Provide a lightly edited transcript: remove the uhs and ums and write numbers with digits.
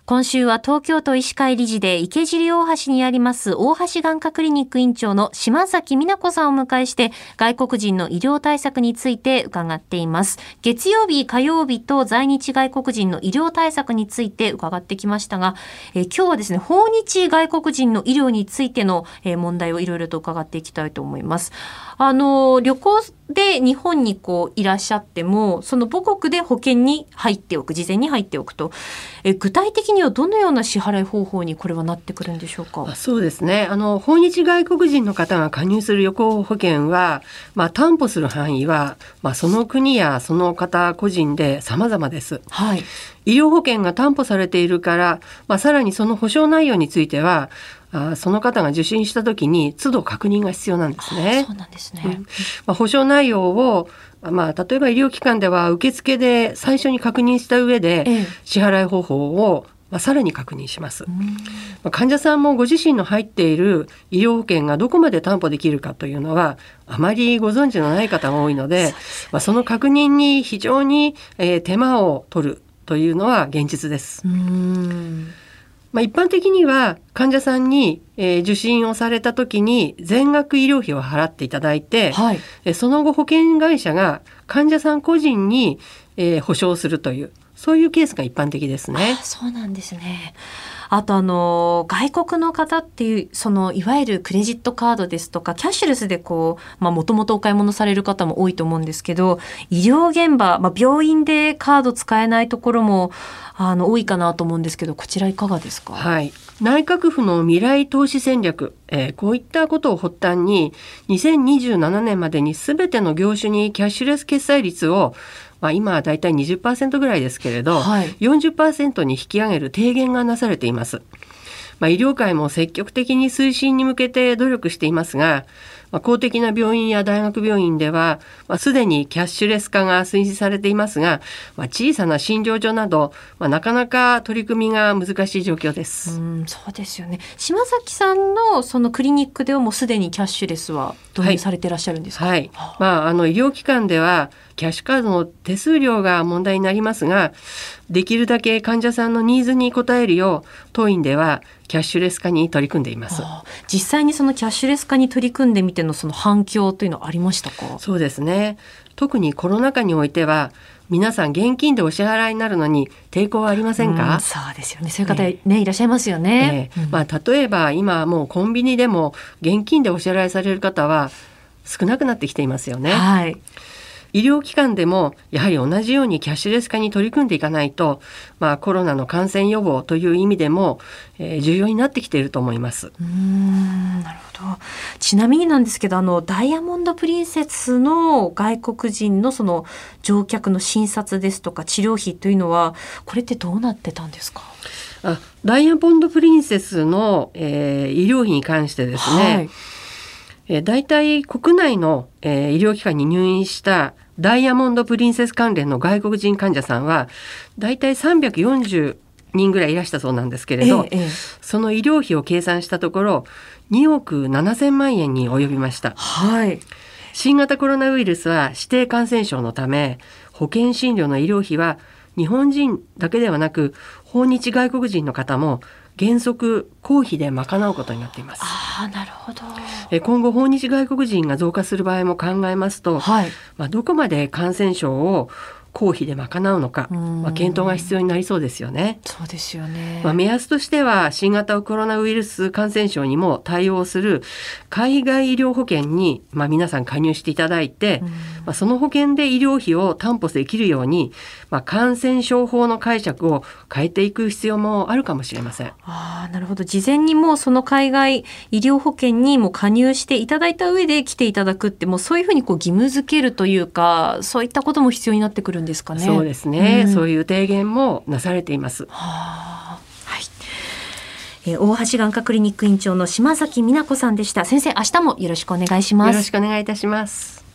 今週は東京都医師会理事で池尻大橋にあります大橋眼科クリニック院長の島崎美奈子さんをお迎えして外国人の医療対策について伺っています。月曜日、火曜日と在日外国人の医療対策について伺ってきましたが、今日はですね、訪日外国人の医療についての問題をいろいろと伺っていきたいと思います。旅行で日本にいらっしゃっても、その母国で保険に入っておく、事前に入っておくと、具体的にはどのような支払い方法にこれはなってくるんでしょうか。 そうですね。訪日外国人の方が加入する旅行保険は、担保する範囲は、その国やその方個人で様々です。 はい。 医療保険が担保されているから、さらにその保証内容については、その方が受診したときに都度確認が必要なんですね。 そうなんですね。 保証内容を、例えば医療機関では受付で最初に確認した上で、支払い方法をさらに確認します。患者さんもご自身の入っている医療保険がどこまで担保できるかというのはあまりご存知のない方が多いので、その確認に非常に手間を取るというのは現実です。一般的には患者さんに、受診をされた時に全額医療費を払っていただいて、その後保険会社が患者さん個人に、保証するというそういうケースが一般的ですね。 そうなんですね。あと外国の方っていういわゆるクレジットカードですとかキャッシュレスでもともとお買い物される方も多いと思うんですけど、医療現場、病院でカード使えないところも多いかなと思うんですけど、こちらいかがですか。 はい、内閣府の未来投資戦略、こういったことを発端に2027年までに全ての業種にキャッシュレス決済率を今はだいたい 20% ぐらいですけれど、40% に引き上げる提言がなされています。医療界も積極的に推進に向けて努力していますが、公的な病院や大学病院では、すでにキャッシュレス化が推進されていますが、小さな診療所など、なかなか取り組みが難しい状況です。 そうですよね。島崎さんのそのクリニックではもうすでにキャッシュレスは導入されていらっしゃるんですか。 医療機関ではキャッシュカードの手数料が問題になりますが、できるだけ患者さんのニーズに応えるよう当院ではキャッシュレス化に取り組んでいます。 実際にそのキャッシュレス化に取り組んでみてのその反響というのはありましたか。 そうですね。特にコロナ禍においては皆さん現金でお支払いになるのに抵抗はありませんか。 そうですよね。そういう方、いらっしゃいますよね。 例えば今もうコンビニでも現金でお支払いされる方は少なくなってきていますよね。医療機関でもやはり同じようにキャッシュレス化に取り組んでいかないと、コロナの感染予防という意味でも、重要になってきていると思います。 なるほど。ちなみになんですけど、ダイヤモンドプリンセスの外国人のその乗客の診察ですとか治療費というのはこれってどうなってたんですか。 ダイヤモンドプリンセスの、医療費に関してですね、だいたい国内の、医療機関に入院したダイヤモンドプリンセス関連の外国人患者さんはだいたい340人ぐらいいらしたそうなんですけれど、その医療費を計算したところ2億7000万円に及びました。新型コロナウイルスは指定感染症のため保険診療の医療費は日本人だけではなく訪日外国人の方も原則公費で賄うことになっています。 なるほど。 今後訪日外国人が増加する場合も考えますと、どこまで感染症を公費で賄うのか、検討が必要になりそうですよね。 そうですよね。 目安としては新型コロナウイルス感染症にも対応する海外医療保険に、皆さん加入していただいて、その保険で医療費を担保できるように、感染症法の解釈を変えていく必要もあるかもしれません。 なるほど。事前にもうその海外医療保険にも加入していただいた上で来ていただくって、もうそういうふうに義務付けるというか、そういったことも必要になってくるんですかね。 そうですね、そういう提言もなされています。 大橋眼科クリニック院長の島崎美奈子さんでした。先生、明日もよろしくお願いします。 よろしくお願いいたします。